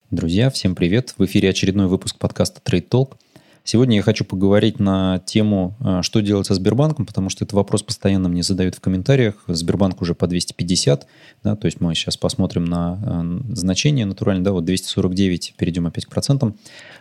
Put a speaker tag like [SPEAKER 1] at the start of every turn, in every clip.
[SPEAKER 1] Друзья, всем привет! В эфире очередной выпуск подкаста Trade Talk. Сегодня я хочу поговорить на тему, что делать со Сбербанком, потому что этот вопрос постоянно мне задают в комментариях. Сбербанк уже по 250, да, то есть мы сейчас посмотрим на значение натурально, да, вот 249, перейдем опять к процентам.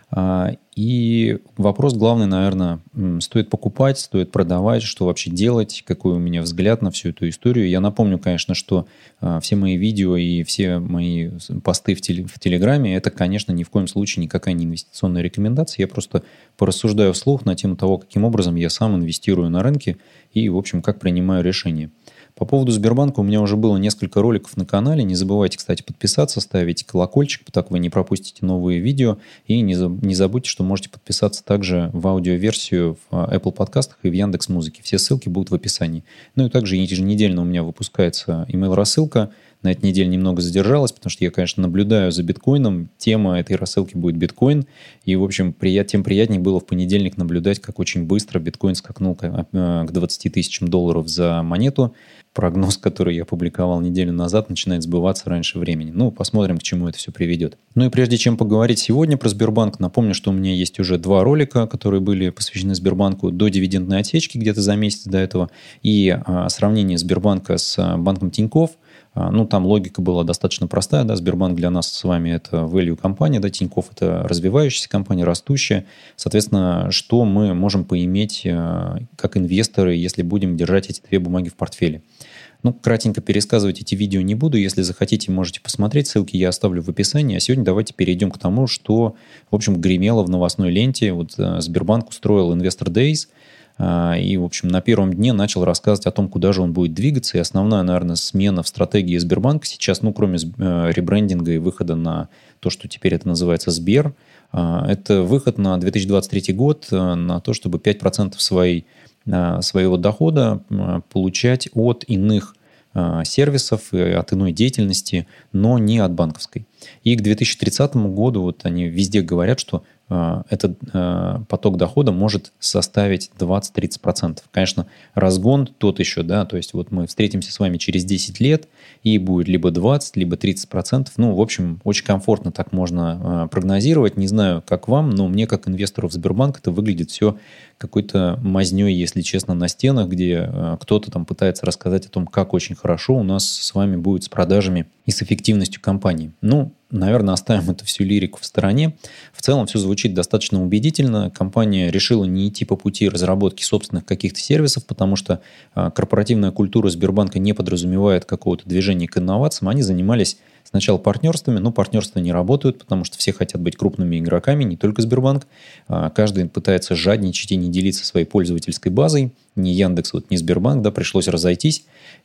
[SPEAKER 1] И вопрос главный, наверное, стоит покупать, стоит продавать, что вообще делать, какой у меня взгляд на всю эту историю. Я напомню, конечно, что все мои видео и все мои посты в Телеграме, это, конечно, ни в коем случае никакая не инвестиционная рекомендация. Я просто порассуждаю вслух на тему того, каким образом я сам инвестирую на рынке и, в общем, как принимаю решения. По поводу Сбербанка у меня уже было несколько роликов на канале. Не забывайте, кстати, подписаться, ставить колокольчик, так вы не пропустите новые видео. И не забудьте, что можете подписаться также в аудиоверсию в Apple подкастах и в Яндекс.Музыке. Все ссылки будут в описании. Ну и также еженедельно у меня выпускается email-рассылка. На этой неделе немного задержалась, потому что я, конечно, наблюдаю за биткоином. Тема этой рассылки будет биткоин. И, в общем, тем приятнее было в понедельник наблюдать, как очень быстро биткоин скакнул к 20 тысячам долларов за монету. Прогноз, который я публиковал неделю назад, начинает сбываться раньше времени. Ну, посмотрим, к чему это все приведет. Ну и прежде чем поговорить сегодня про Сбербанк, напомню, что у меня есть уже 2 ролика, которые были посвящены Сбербанку до дивидендной отсечки где-то за месяц до этого, и сравнение Сбербанка с банком Тинькофф. Ну, там логика была достаточно простая, да, Сбербанк для нас с вами это value компания, да, Тинькофф это развивающаяся компания, растущая. Соответственно, что мы можем поиметь как инвесторы, если будем держать эти 2 бумаги в портфеле? Ну, кратенько пересказывать эти видео не буду. Если захотите, можете посмотреть. Ссылки я оставлю в описании. А сегодня давайте перейдем к тому, что, в общем, гремело в новостной ленте. Вот Сбербанк устроил Investor Days. И, в общем, на первом дне начал рассказывать о том, куда же он будет двигаться. И основная, наверное, смена в стратегии Сбербанка сейчас, ну, кроме ребрендинга и выхода на то, что теперь это называется Сбер, это выход на 2023 год на то, чтобы 5% своего дохода получать от иных сервисов, от иной деятельности, но не от банковской. И к 2030 году вот они везде говорят, что этот поток дохода может составить 20-30%. Конечно, разгон тот еще, да, то есть вот мы встретимся с вами через 10 лет, и будет либо 20, либо 30%. Ну, в общем, очень комфортно так можно прогнозировать. Не знаю, как вам, но мне, как инвестору в Сбербанк, это выглядит все какой-то мазней, если честно, на стенах, где кто-то там пытается рассказать о том, как очень хорошо у нас с вами будет с продажами и с эффективностью компании. Ну, наверное, оставим эту всю лирику в стороне. В целом все звучит достаточно убедительно. Компания решила не идти по пути разработки собственных каких-то сервисов, потому что корпоративная культура Сбербанка не подразумевает какого-то движения к инновациям. Они занимались сначала партнерствами, но партнерства не работают, потому что все хотят быть крупными игроками, не только Сбербанк. Каждый пытается жадничать и не делиться своей пользовательской базой. Ни Яндекс, вот, ни Сбербанк, да, пришлось разойтись.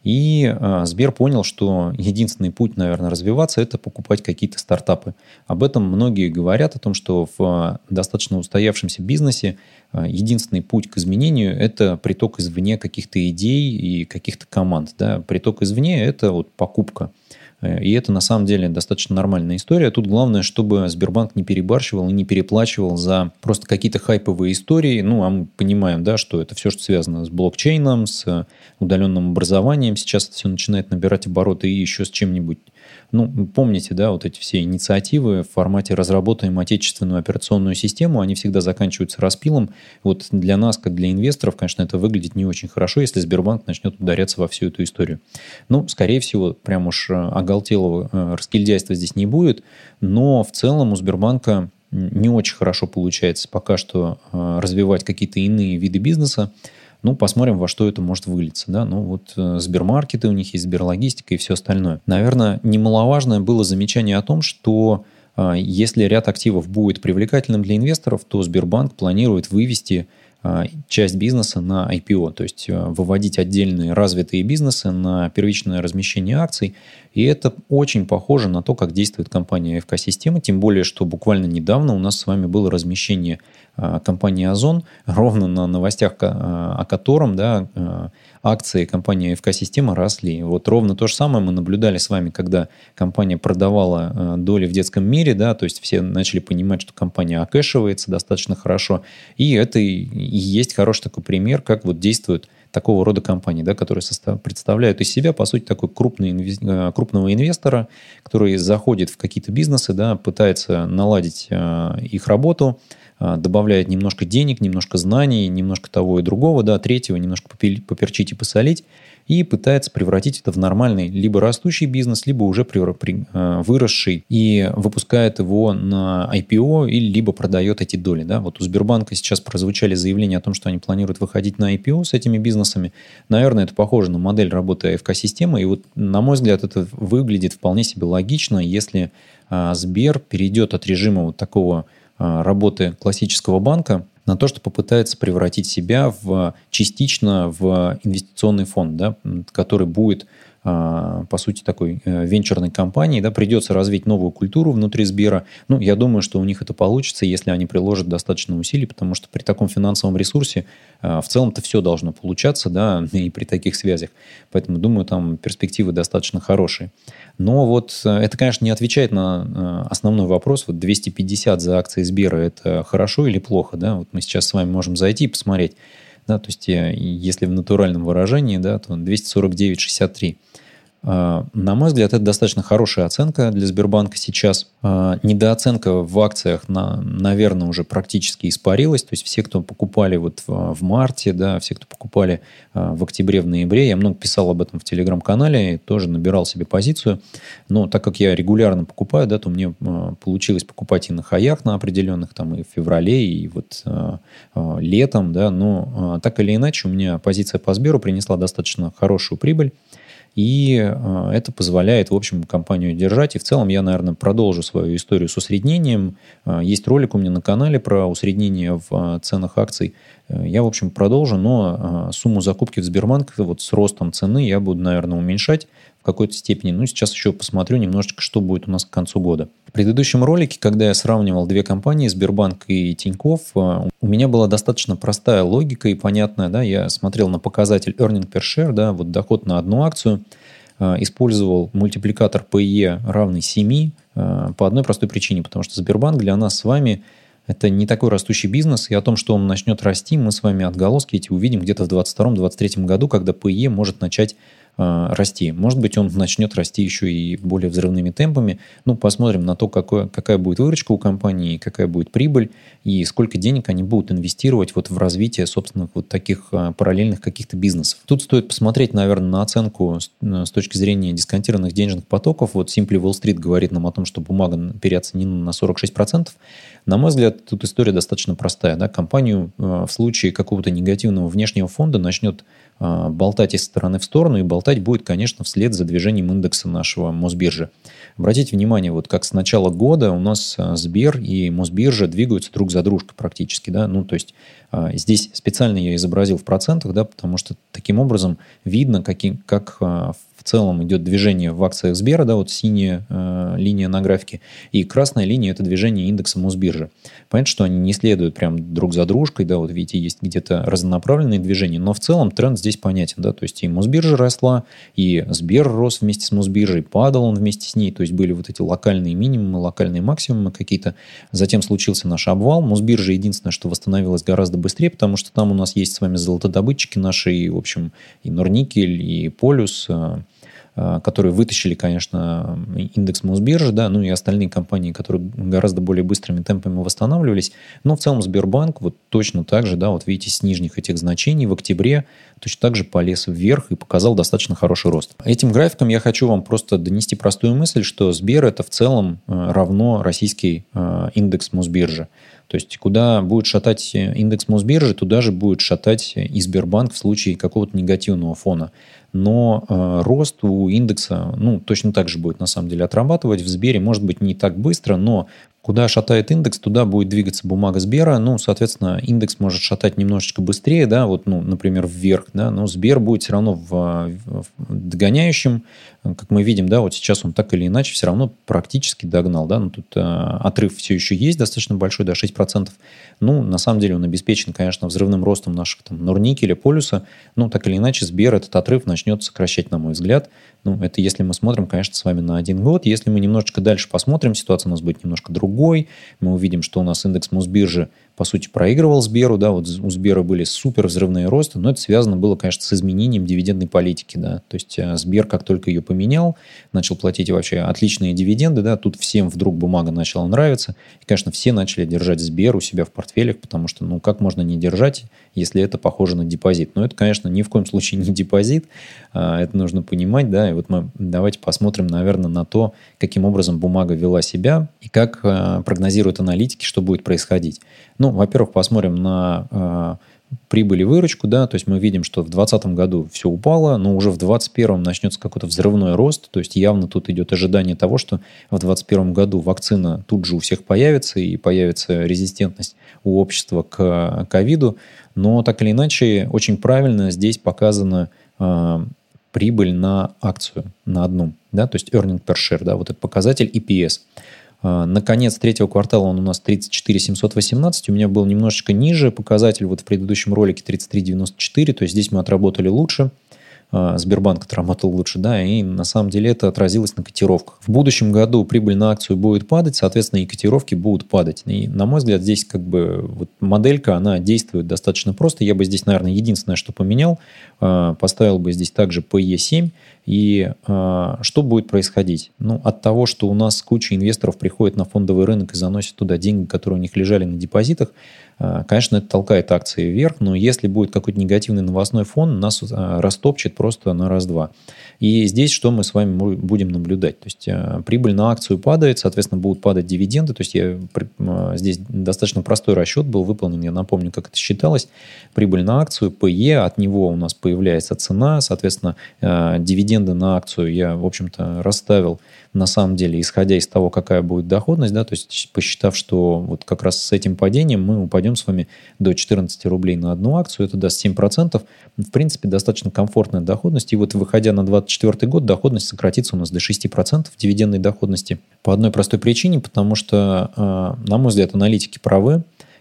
[SPEAKER 1] И Сбер понял, что единственный путь, наверное, развиваться – это покупать какие-то стартапы. Об этом многие говорят, о том, что в достаточно устоявшемся бизнесе единственный путь к изменению – это приток извне каких-то идей и каких-то команд. Да. Приток извне – это вот покупка. И это на самом деле достаточно нормальная история. Тут главное, чтобы Сбербанк не перебарщивал и не переплачивал за просто какие-то хайповые истории. Ну, а мы понимаем, да, что это все, что связано с блокчейном, с удаленным образованием. Сейчас это все начинает набирать обороты и еще с чем-нибудь. Ну, помните, да, вот эти все инициативы в формате «разработаем отечественную операционную систему», они всегда заканчиваются распилом. Вот для нас, как для инвесторов, конечно, это выглядит не очень хорошо, если Сбербанк начнет ударяться во всю эту историю. Ну, скорее всего, прям уж оголтелого раскильдяйства здесь не будет, но в целом у Сбербанка не очень хорошо получается пока что развивать какие-то иные виды бизнеса. Ну, посмотрим, во что это может вылиться. Да? Ну, вот Сбермаркеты, у них есть Сберлогистика и все остальное. Наверное, немаловажное было замечание о том, что если ряд активов будет привлекательным для инвесторов, то Сбербанк планирует вывести часть бизнеса на IPO, то есть выводить отдельные развитые бизнесы на первичное размещение акций. И это очень похоже на то, как действует компания АФК-система, тем более, что буквально недавно у нас с вами было размещение компании Озон, ровно на новостях, о котором, да, акции компании АФК-система росли. Вот ровно то же самое мы наблюдали с вами, когда компания продавала доли в детском мире, да, то есть все начали понимать, что компания окэшивается достаточно хорошо. И это и есть хороший такой пример, как вот действуют такого рода компаний, да, которые представляют из себя, по сути, такой крупного инвестора, который заходит в какие-то бизнесы, да, пытается наладить их работу, добавляет немножко денег, немножко знаний, немножко того и другого, да, третьего, немножко поперчить и посолить, и пытается превратить это в нормальный либо растущий бизнес, либо уже выросший, и выпускает его на IPO, или либо продает эти доли. Да. Вот у Сбербанка сейчас прозвучали заявления о том, что они планируют выходить на IPO с этими бизнесами. Наверное, это похоже на модель работы АФК-системы, и вот, на мой взгляд, это выглядит вполне себе логично, если Сбер перейдет от режима вот такого работы классического банка на то, что попытается превратить себя частично в инвестиционный фонд, да, который будет, по сути, такой венчурной компанией. Да, придется развить новую культуру внутри Сбера. Ну, я думаю, что у них это получится, если они приложат достаточно усилий, потому что при таком финансовом ресурсе в целом-то все должно получаться, да, и при таких связях. Поэтому, думаю, там перспективы достаточно хорошие. Но вот это, конечно, не отвечает на основной вопрос. Вот 250 за акции Сбера – это хорошо или плохо? Да? Вот мы сейчас с вами можем зайти и посмотреть. Да? То есть, если в натуральном выражении, да, то 249,63. На мой взгляд, это достаточно хорошая оценка для Сбербанка сейчас. Недооценка в акциях, наверное, уже практически испарилась. То есть все, кто покупали вот в марте, да, все, кто покупали в октябре, в ноябре, я много писал об этом в Телеграм-канале, тоже набирал себе позицию. Но так как я регулярно покупаю, да, то мне получилось покупать и на хаях на определенных, там, и в феврале, и вот летом. Да, но так или иначе у меня позиция по Сберу принесла достаточно хорошую прибыль. И это позволяет, в общем, компанию держать. И в целом я, наверное, продолжу свою историю с усреднением. Есть ролик у меня на канале про усреднение в ценах акций. Я, в общем, продолжу, но сумму закупки в Сбербанк вот с ростом цены я буду, наверное, уменьшать в какой-то степени. Ну, сейчас еще посмотрю немножечко, что будет у нас к концу года. В предыдущем ролике, когда я сравнивал две компании, Сбербанк и Тинькофф, у меня была достаточно простая логика и понятная. Да? Я смотрел на показатель earning per share, да, вот доход на одну акцию, использовал мультипликатор PE равный 7 по одной простой причине, потому что Сбербанк для нас с вами это не такой растущий бизнес, и о том, что он начнет расти, мы с вами отголоски эти увидим где-то в 2022-2023 году, когда PE может начать расти. Может быть, он начнет расти еще и более взрывными темпами. Ну, посмотрим на то, какая будет выручка у компании, какая будет прибыль, и сколько денег они будут инвестировать вот в развитие собственных вот таких параллельных каких-то бизнесов. Тут стоит посмотреть, наверное, на оценку с точки зрения дисконтированных денежных потоков. Вот Simply Wall Street говорит нам о том, что бумага переоценена на 46%. На мой взгляд, тут история достаточно простая. Да? Компанию в случае какого-то негативного внешнего фонда начнет болтать из стороны в сторону, и болтать будет, конечно, вслед за движением индекса нашего Мосбиржи. Обратите внимание, вот как с начала года у нас Сбер и Мосбиржа двигаются друг за дружкой практически. Да? Ну, то есть здесь специально я изобразил в процентах, да, потому что таким образом видно, как в целом идет движение в акциях Сбера, да, вот синяя линия на графике, и красная линия – это движение индекса Мосбиржи. Понятно, что они не следуют прям друг за дружкой, да, вот видите, есть где-то разнонаправленные движения, но в целом тренд здесь понятен, да, то есть и Мосбиржа росла, и Сбер рос вместе с Мосбиржей, падал он вместе с ней, то есть были вот эти локальные минимумы, локальные максимумы какие-то. Затем случился наш обвал. Мосбиржа единственное, что восстановилась гораздо быстрее, потому что там у нас есть с вами золотодобытчики наши, и, в общем, и Норникель, и Полюс, которые вытащили, конечно, индекс Мосбиржи, да, ну и остальные компании, которые гораздо более быстрыми темпами восстанавливались. Но в целом Сбербанк вот точно так же, да, вот видите, с нижних этих значений в октябре точно так же полез вверх и показал достаточно хороший рост. Этим графиком я хочу вам просто донести простую мысль, что Сбер это в целом равно российский индекс Мосбиржи. То есть, куда будет шатать индекс Мосбиржи, туда же будет шатать и Сбербанк в случае какого-то негативного фона. Но рост у индекса, ну, точно так же будет на самом деле отрабатывать. В Сбере, может быть, не так быстро, но куда шатает индекс, туда будет двигаться бумага Сбера. Ну, соответственно, индекс может шатать немножечко быстрее, да, вот, ну, например, вверх, да, но Сбер будет все равно в догоняющем. Как мы видим, да, вот сейчас он так или иначе все равно практически догнал, да, но тут отрыв все еще есть достаточно большой, да, 6%. Ну, на самом деле он обеспечен, конечно, взрывным ростом наших там Норникеля, Полюса. Ну, так или иначе, Сбер этот отрыв начнет сокращать, на мой взгляд. Ну, это если мы смотрим, конечно, с вами на 1 год. Если мы немножечко дальше посмотрим, ситуация у нас будет немножко другой. Мы увидим, что у нас индекс Мосбиржи по сути, проигрывал Сберу, да, вот у Сбера были супер взрывные росты, но это связано было, конечно, с изменением дивидендной политики, да, то есть Сбер, как только ее поменял, начал платить вообще отличные дивиденды, да, тут всем вдруг бумага начала нравиться, и, конечно, все начали держать Сбер у себя в портфелях, потому что, ну, как можно не держать, если это похоже на депозит? Но это, конечно, ни в коем случае не депозит, это нужно понимать, да, и вот мы давайте посмотрим, наверное, на то, каким образом бумага вела себя и как прогнозируют аналитики, что будет происходить. Ну, во-первых, посмотрим на прибыль и выручку, да, то есть мы видим, что в 2020 году все упало, но уже в 2021 начнется какой-то взрывной рост, то есть явно тут идет ожидание того, что в 2021 году вакцина тут же у всех появится и появится резистентность у общества к ковиду, но так или иначе очень правильно здесь показана прибыль на акцию, на одну, да, то есть earning per share, да, вот этот показатель EPS. На конец третьего квартала он у нас 34 718, у меня был немножечко ниже показатель, вот в предыдущем ролике 33,94, то есть здесь мы отработали лучше, Сбербанк отработал лучше, да, и на самом деле это отразилось на котировках. В будущем году прибыль на акцию будет падать, соответственно, и котировки будут падать. И, на мой взгляд, здесь как бы вот моделька, она действует достаточно просто. Я бы здесь, наверное, единственное, что поменял, поставил бы здесь также PE7. И что будет происходить? Ну, от того, что у нас куча инвесторов приходит на фондовый рынок и заносит туда деньги, которые у них лежали на депозитах, конечно, это толкает акции вверх, но если будет какой-то негативный новостной фон, нас растопчет просто на раз-два. И здесь что мы с вами будем наблюдать? То есть прибыль на акцию падает, соответственно, будут падать дивиденды. То есть здесь достаточно простой расчет был выполнен, я напомню, как это считалось. Прибыль на акцию, PE, от него у нас появляется цена, соответственно, дивиденды на акцию я, в общем-то, расставил на самом деле, исходя из того, какая будет доходность, да, то есть посчитав, что вот как раз с этим падением мы упадем с вами до 14 рублей на одну акцию, это даст 7%, в принципе, достаточно комфортная доходность, и вот выходя на 2024 год, доходность сократится у нас до 6% дивидендной доходности по одной простой причине, потому что, на мой взгляд, аналитики правы,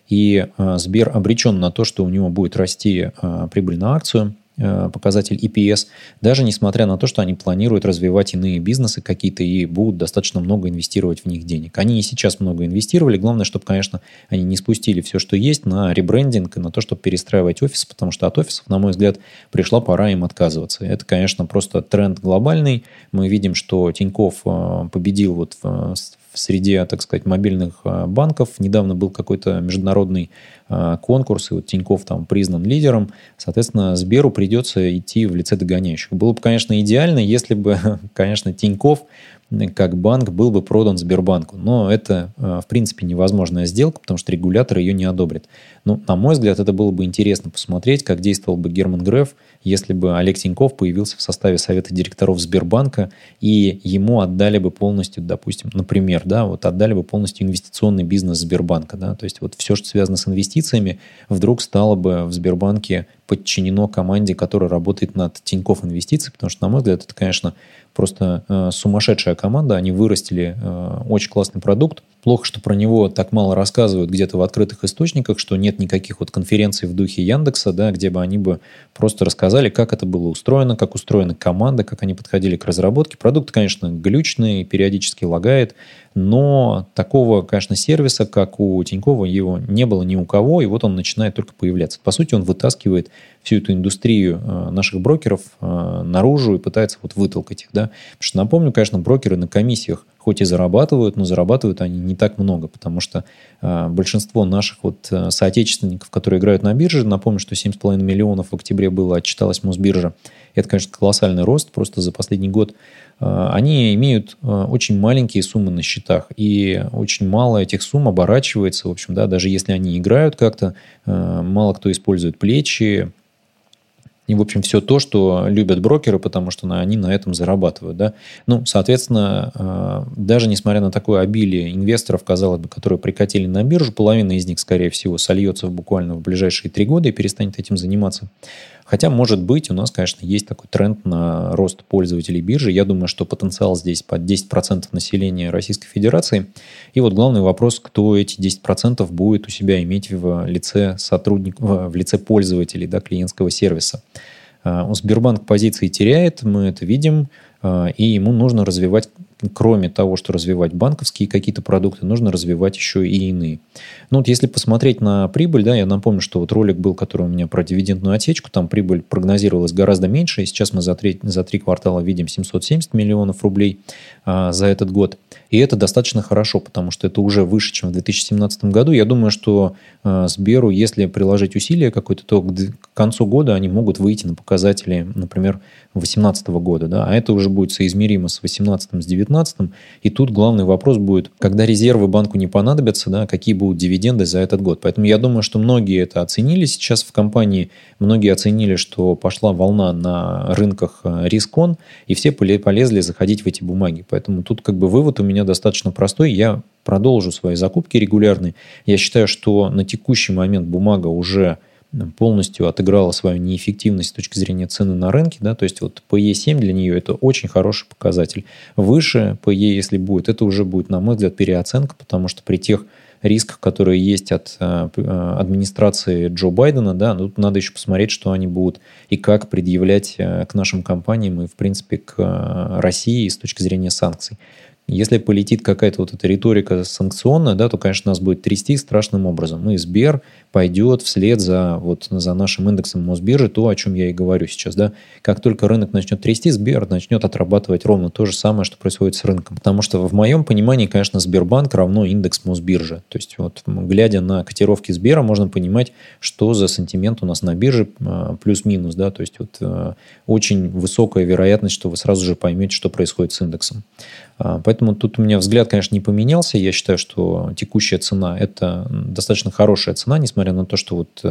[SPEAKER 1] и Сбер обречен на то, что у него будет расти прибыль на акцию, показатель EPS, даже несмотря на то, что они планируют развивать иные бизнесы какие-то и будут достаточно много инвестировать в них денег. Они и сейчас много инвестировали. Главное, чтобы, конечно, они не спустили все, что есть, на ребрендинг и на то, чтобы перестраивать офисы, потому что от офисов, на мой взгляд, пришла пора им отказываться. Это, конечно, просто тренд глобальный. Мы видим, что Тинькофф победил вот в среде, так сказать, мобильных банков. Недавно был какой-то международный конкурс, и вот Тинькофф там признан лидером. Соответственно, Сберу придется идти в лице догоняющих. Было бы, конечно, идеально, если бы, конечно, Тинькофф как банк был бы продан Сбербанку. Но это, в принципе, невозможная сделка, потому что регулятор ее не одобрит. Ну, на мой взгляд, это было бы интересно посмотреть, как действовал бы Герман Греф, если бы Олег Тинькофф появился в составе совета директоров Сбербанка, и ему отдали бы полностью, допустим, например, да, вот отдали бы полностью инвестиционный бизнес Сбербанка. Да, то есть вот все, что связано с инвестициями, вдруг стало бы в Сбербанке подчинено команде, которая работает над Тинькофф Инвестиции, потому что, на мой взгляд, это, конечно, просто сумасшедшая команда. Они вырастили очень классный продукт. Плохо, что про него так мало рассказывают где-то в открытых источниках, что нет никаких вот конференций в духе Яндекса, да, где бы они бы просто рассказали, как это было устроено, как устроена команда, как они подходили к разработке. Продукт, конечно, глючный, периодически лагает, но такого, конечно, сервиса, как у Тинькова, его не было ни у кого, и вот он начинает только появляться. По сути, он вытаскивает всю эту индустрию наших брокеров наружу и пытается вот вытолкать их. Да? Потому что, напомню, конечно, брокеры на комиссиях хоть и зарабатывают, но зарабатывают они не так много, потому что большинство наших вот соотечественников, которые играют на бирже, напомню, что 7,5 миллионов в октябре было, отчиталась Мосбиржа. Это, конечно, колоссальный рост просто за последний год. Они имеют очень маленькие суммы на счетах, и очень мало этих сумм оборачивается, в общем, да, даже если они играют как-то, мало кто использует плечи, и, в общем, все то, что любят брокеры, потому что они на этом зарабатывают. Да? Ну, соответственно, даже несмотря на такое обилие инвесторов, казалось бы, которые прикатили на биржу, половина из них, скорее всего, сольется буквально в ближайшие 3 года и перестанет этим заниматься. Хотя, может быть, у нас, конечно, есть такой тренд на рост пользователей биржи. Я думаю, что потенциал здесь под 10% населения Российской Федерации. И вот главный вопрос, кто эти 10% будет у себя иметь в лице сотрудников, в лице пользователей, да, клиентского сервиса. У Сбербанк позиции теряет, мы это видим, и ему нужно развивать кроме того, что развивать банковские какие-то продукты, нужно развивать еще и иные. Ну, вот если посмотреть на прибыль, да, я напомню, что вот ролик был, который у меня про дивидендную отсечку, там прибыль прогнозировалась гораздо меньше, и сейчас мы за три квартала видим 770 миллионов рублей за этот год. И это достаточно хорошо, потому что это уже выше, чем в 2017 году. Я думаю, что Сберу, если приложить усилия какое-то, то к концу года они могут выйти на показатели, например, 2018 года. Да? А это уже будет соизмеримо с 2018, с 2019. И тут главный вопрос будет, когда резервы банку не понадобятся, да, какие будут дивиденды за этот год. Поэтому я думаю, что многие это оценили сейчас в компании. Многие оценили, что пошла волна на рынках рискон, и все полезли заходить в эти бумаги. Поэтому тут как бы вывод у меня достаточно простой. Я продолжу свои закупки регулярные. Я считаю, что на текущий момент бумага уже полностью отыграла свою неэффективность с точки зрения цены на рынке. Да? То есть вот PE7 для нее это очень хороший показатель. Выше PE, если будет, это уже будет, на мой взгляд, переоценка, потому что при тех рисках, которые есть от администрации Джо Байдена, да, тут надо еще посмотреть, что они будут и как предъявлять к нашим компаниям и, в принципе, к России с точки зрения санкций. Если полетит какая-то вот эта риторика санкционная, да, то, конечно, нас будет трясти страшным образом. И Сбер пойдет вслед за нашим индексом Мосбиржи, то, о чем я и говорю сейчас. Да. Как только рынок начнет трясти, Сбер начнет отрабатывать ровно то же самое, что происходит с рынком. Потому что в моем понимании, конечно, Сбербанк равно индекс Мосбиржи. То есть, вот, глядя на котировки Сбера, можно понимать, что за сентимент у нас на бирже плюс-минус. Да. То есть, вот, очень высокая вероятность, что вы сразу же поймете, что происходит с индексом. Поэтому тут у меня взгляд, конечно, не поменялся. Я считаю, что текущая цена – это достаточно хорошая цена, несмотря на то, что вот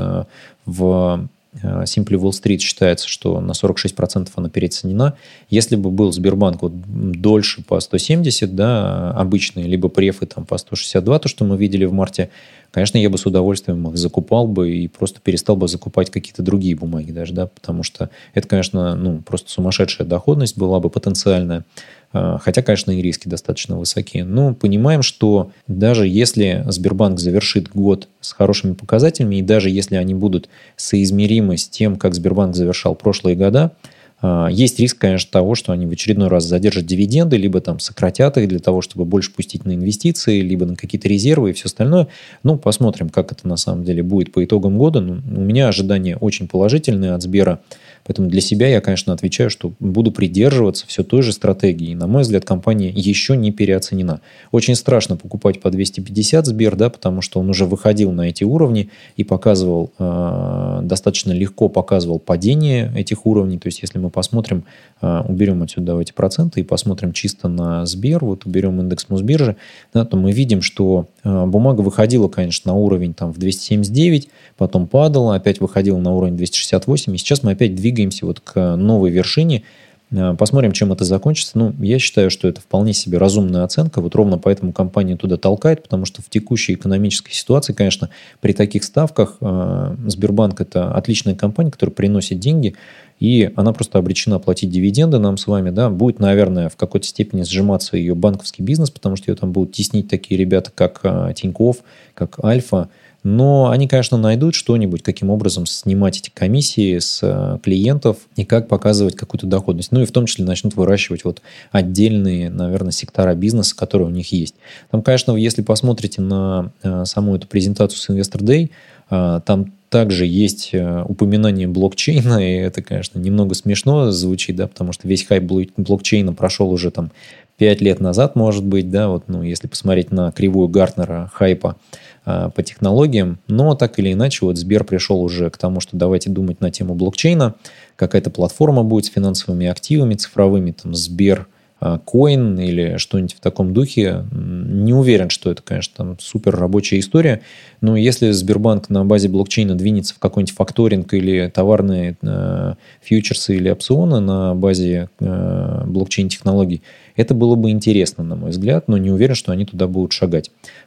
[SPEAKER 1] в Simply Wall Street считается, что на 46% она переоценена. Если бы был Сбербанк вот дольше по 170, да, обычные, либо префы там по 162, то, что мы видели в марте, конечно, я бы с удовольствием их закупал бы и просто перестал бы закупать какие-то другие бумаги даже, да, потому что это, конечно, просто сумасшедшая доходность была бы потенциальная. Хотя, конечно, и риски достаточно высокие. Но понимаем, что даже если Сбербанк завершит год с хорошими показателями, и даже если они будут соизмеримы с тем, как Сбербанк завершал прошлые года, есть риск, конечно, того, что они в очередной раз задержат дивиденды, либо там сократят их для того, чтобы больше пустить на инвестиции, либо на какие-то резервы и все остальное. Ну, посмотрим, как это на самом деле будет по итогам года. У меня ожидания очень положительные от Сбера. Поэтому для себя я, конечно, отвечаю, что буду придерживаться все той же стратегии. И, на мой взгляд, компания еще не переоценена. Очень страшно покупать по 250 Сбер, да, потому что он уже выходил на эти уровни и показывал, достаточно легко показывал падение этих уровней. То есть, если мы посмотрим, уберем отсюда эти проценты и посмотрим чисто на Сбер, вот уберем индекс Мосбиржи, да, то мы видим, что бумага выходила, конечно, на уровень там, в 279, потом падала, опять выходила на уровень 268, и сейчас мы опять двигаемся вот к новой вершине. Посмотрим, чем это закончится. Ну, я считаю, что это вполне себе разумная оценка. Вот ровно поэтому компания туда толкает, потому что в текущей экономической ситуации, конечно, при таких ставках Сбербанк – это отличная компания, которая приносит деньги, и она просто обречена платить дивиденды нам с вами. Да. Будет, наверное, в какой-то степени сжиматься ее банковский бизнес, потому что ее там будут теснить такие ребята, как Тинькофф, как Альфа. Но они, конечно, найдут что-нибудь, каким образом снимать эти комиссии с клиентов и как показывать какую-то доходность. Ну и в том числе начнут выращивать вот отдельные, наверное, сектора бизнеса, которые у них есть. Там, конечно, если посмотрите на саму эту презентацию с Investor Day, там также есть упоминание блокчейна, и это, конечно, немного смешно звучит, да, потому что весь хайп блокчейна прошел уже там 5 лет назад, может быть, да, вот, ну, если посмотреть на кривую Гартнера хайпа по технологиям, но так или иначе вот Сбер пришел уже к тому, что давайте думать на тему блокчейна, какая-то платформа будет с финансовыми активами цифровыми, там Сбер Coin или что-нибудь в таком духе. Не уверен, что это, конечно, там супер рабочая история, но если Сбербанк на базе блокчейна двинется в какой-нибудь факторинг или товарные фьючерсы или опционы на базе блокчейн-технологий, это было бы интересно, на мой взгляд, но не уверен, что они туда будут шагать.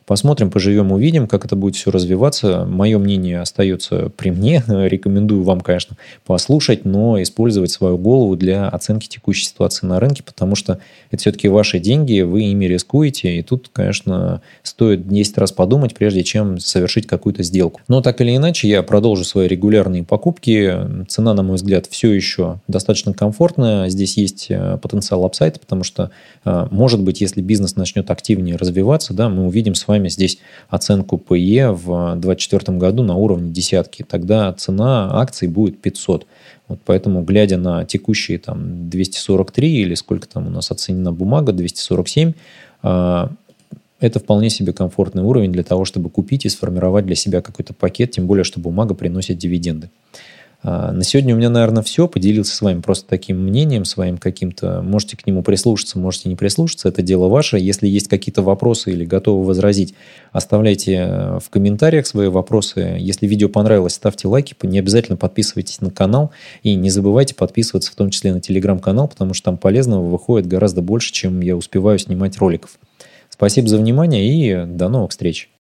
[SPEAKER 1] Посмотрим, поживем, увидим, как это будет все развиваться. Мое мнение остается при мне. Рекомендую вам, конечно, послушать, но использовать свою голову для оценки текущей ситуации на рынке, потому что это все-таки ваши деньги, вы ими рискуете, и тут, конечно, стоит 10 раз подумать, прежде чем совершить какую-то сделку. Но так или иначе, я продолжу свои регулярные покупки. Цена, на мой взгляд, все еще достаточно комфортная. Здесь есть потенциал апсайда, потому что, может быть, если бизнес начнет активнее развиваться, да, мы увидим с вами здесь оценку PE в 2024 году на уровне десятки. Тогда цена акций будет 500. Вот поэтому, глядя на текущие там 243 или сколько там у нас оценена бумага, 247, это вполне себе комфортный уровень для того, чтобы купить и сформировать для себя какой-то пакет, тем более, что бумага приносит дивиденды. На сегодня у меня, наверное, все. Поделился с вами просто таким мнением своим каким-то. Можете к нему прислушаться, можете не прислушаться. Это дело ваше. Если есть какие-то вопросы или готовы возразить, оставляйте в комментариях свои вопросы. Если видео понравилось, ставьте лайки. Не обязательно подписывайтесь на канал. И не забывайте подписываться в том числе на телеграм-канал, потому что там полезного выходит гораздо больше, чем я успеваю снимать роликов. Спасибо за внимание и до новых встреч.